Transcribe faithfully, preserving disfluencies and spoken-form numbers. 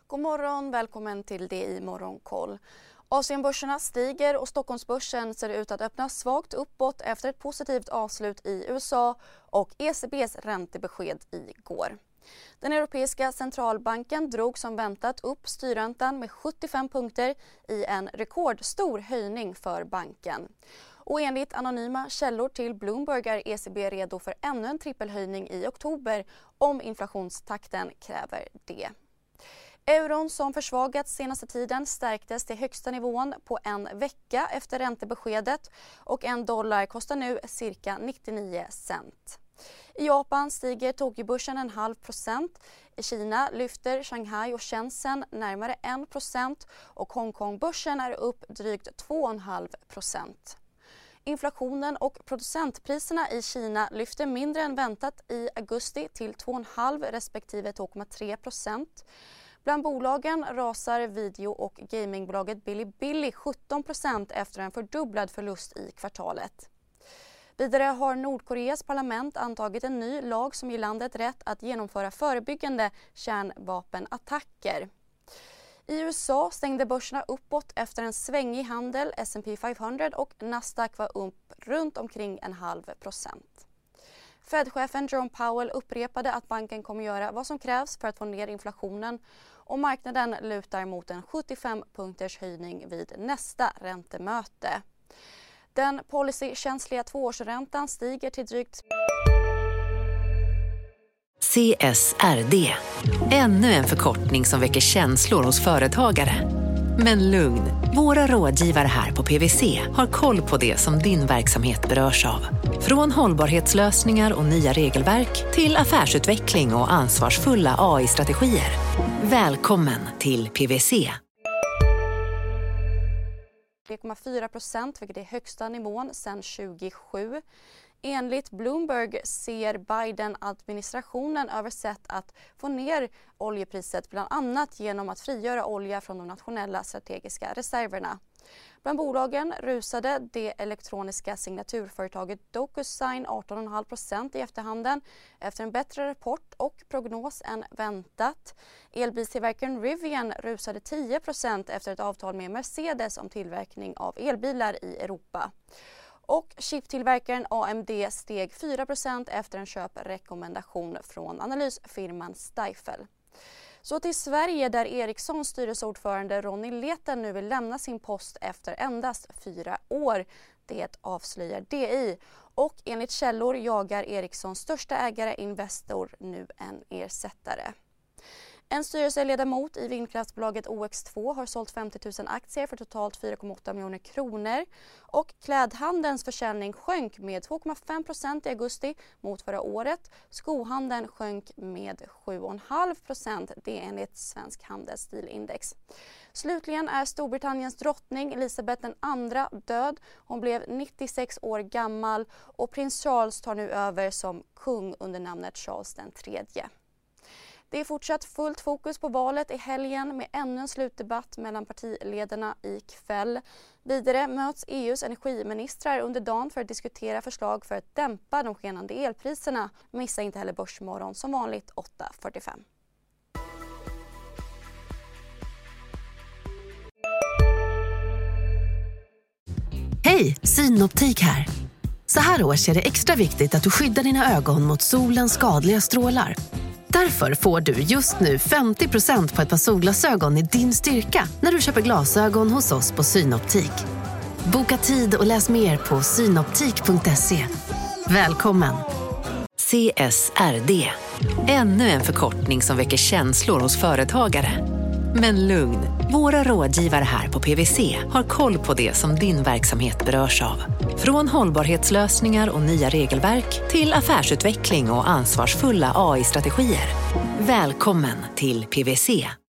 God morgon, välkommen till det i Morgonkoll. Asienbörserna stiger och Stockholmsbörsen ser ut att öppna svagt uppåt efter ett positivt avslut i U S A och E C B:s räntebesked igår. Den europeiska centralbanken drog som väntat upp styrräntan med sjuttiofem punkter i en rekordstor höjning för banken. Och enligt anonyma källor till Bloomberg är E C B redo för ännu en trippelhöjning i oktober om inflationstakten kräver det. Euron som försvagats senaste tiden stärktes till högsta nivån på en vecka efter räntebeskedet och en dollar kostar nu cirka nittionio cent. I Japan stiger Tokyobörsen en halv procent. I Kina lyfter Shanghai och Shenzhen närmare en procent och Hongkongbörsen är upp drygt två komma fem procent. Inflationen och producentpriserna i Kina lyfter mindre än väntat i augusti till två komma fem respektive två komma tre procent. Bland bolagen rasar video- och gamingbolaget Bilibili sjutton procent efter en fördubblad förlust i kvartalet. Vidare har Nordkoreas parlament antagit en ny lag som ger landet rätt att genomföra förebyggande kärnvapenattacker. I U S A stängde börserna uppåt efter en svängig handel. S and P femhundra och Nasdaq var upp runt omkring en halv procent. Fed-chefen Jerome Powell upprepade att banken kommer göra vad som krävs för att få ner inflationen och marknaden lutar mot en sjuttiofem punkters höjning vid nästa räntemöte. Den policykänsliga tvåårsräntan stiger till drygt... C S R D. Ännu en förkortning som väcker känslor hos företagare. Men lugn, våra rådgivare här på P W C har koll på det som din verksamhet berörs av. Från hållbarhetslösningar och nya regelverk till affärsutveckling och ansvarsfulla A I-strategier. Välkommen till P W C. tre komma fyra procent, vilket är högsta nivån sedan tjugohundrasju. Enligt Bloomberg ser Biden-administrationen över sätt att få ner oljepriset bland annat genom att frigöra olja från de nationella strategiska reserverna. Bland bolagen rusade det elektroniska signaturföretaget DocuSign arton komma fem procent i efterhanden efter en bättre rapport och prognos än väntat. Elbilstillverkaren Rivian rusade tio procent efter ett avtal med Mercedes om tillverkning av elbilar i Europa. Och chiptillverkaren A M D steg fyra procent efter en köprekommendation från analysfirman Stifel. Så till Sverige där Ericssons styrelseordförande Ronny Leten nu vill lämna sin post efter endast fyra år. Det avslöjar D I. Och enligt källor jagar Ericssons största ägare Investor nu en ersättare. En styrelseledamot i vindkraftsbolaget O X två har sålt femtio tusen aktier för totalt fyra komma åtta miljoner kronor. Och klädhandelns försäljning sjönk med två komma fem procent i augusti mot förra året. Skohandeln sjönk med sju komma fem procent, det är enligt Svensk Handelsstilindex. Slutligen är Storbritanniens drottning Elizabeth den andra död. Hon blev nittiosex år gammal och prins Charles tar nu över som kung under namnet Charles den tredje. Det är fortsatt fullt fokus på valet i helgen med ännu en slutdebatt mellan partiledarna ikväll. Vidare möts E U:s energiministrar under dagen för att diskutera förslag för att dämpa de skenande elpriserna. Missa inte heller Börsmorgon som vanligt åtta fyrtiofem. Hej, Synoptik här. Så här års är det extra viktigt att du skyddar dina ögon mot solens skadliga strålar. Därför får du just nu femtio procent på ett par solglasögon i din styrka när du köper glasögon hos oss på Synoptik. Boka tid och läs mer på synoptik punkt se. Välkommen! C S R D. Ännu en förkortning som väcker känslor hos företagare. Men lugn, våra rådgivare här på P W C har koll på det som din verksamhet berörs av. Från hållbarhetslösningar och nya regelverk till affärsutveckling och ansvarsfulla A I-strategier. Välkommen till P W C.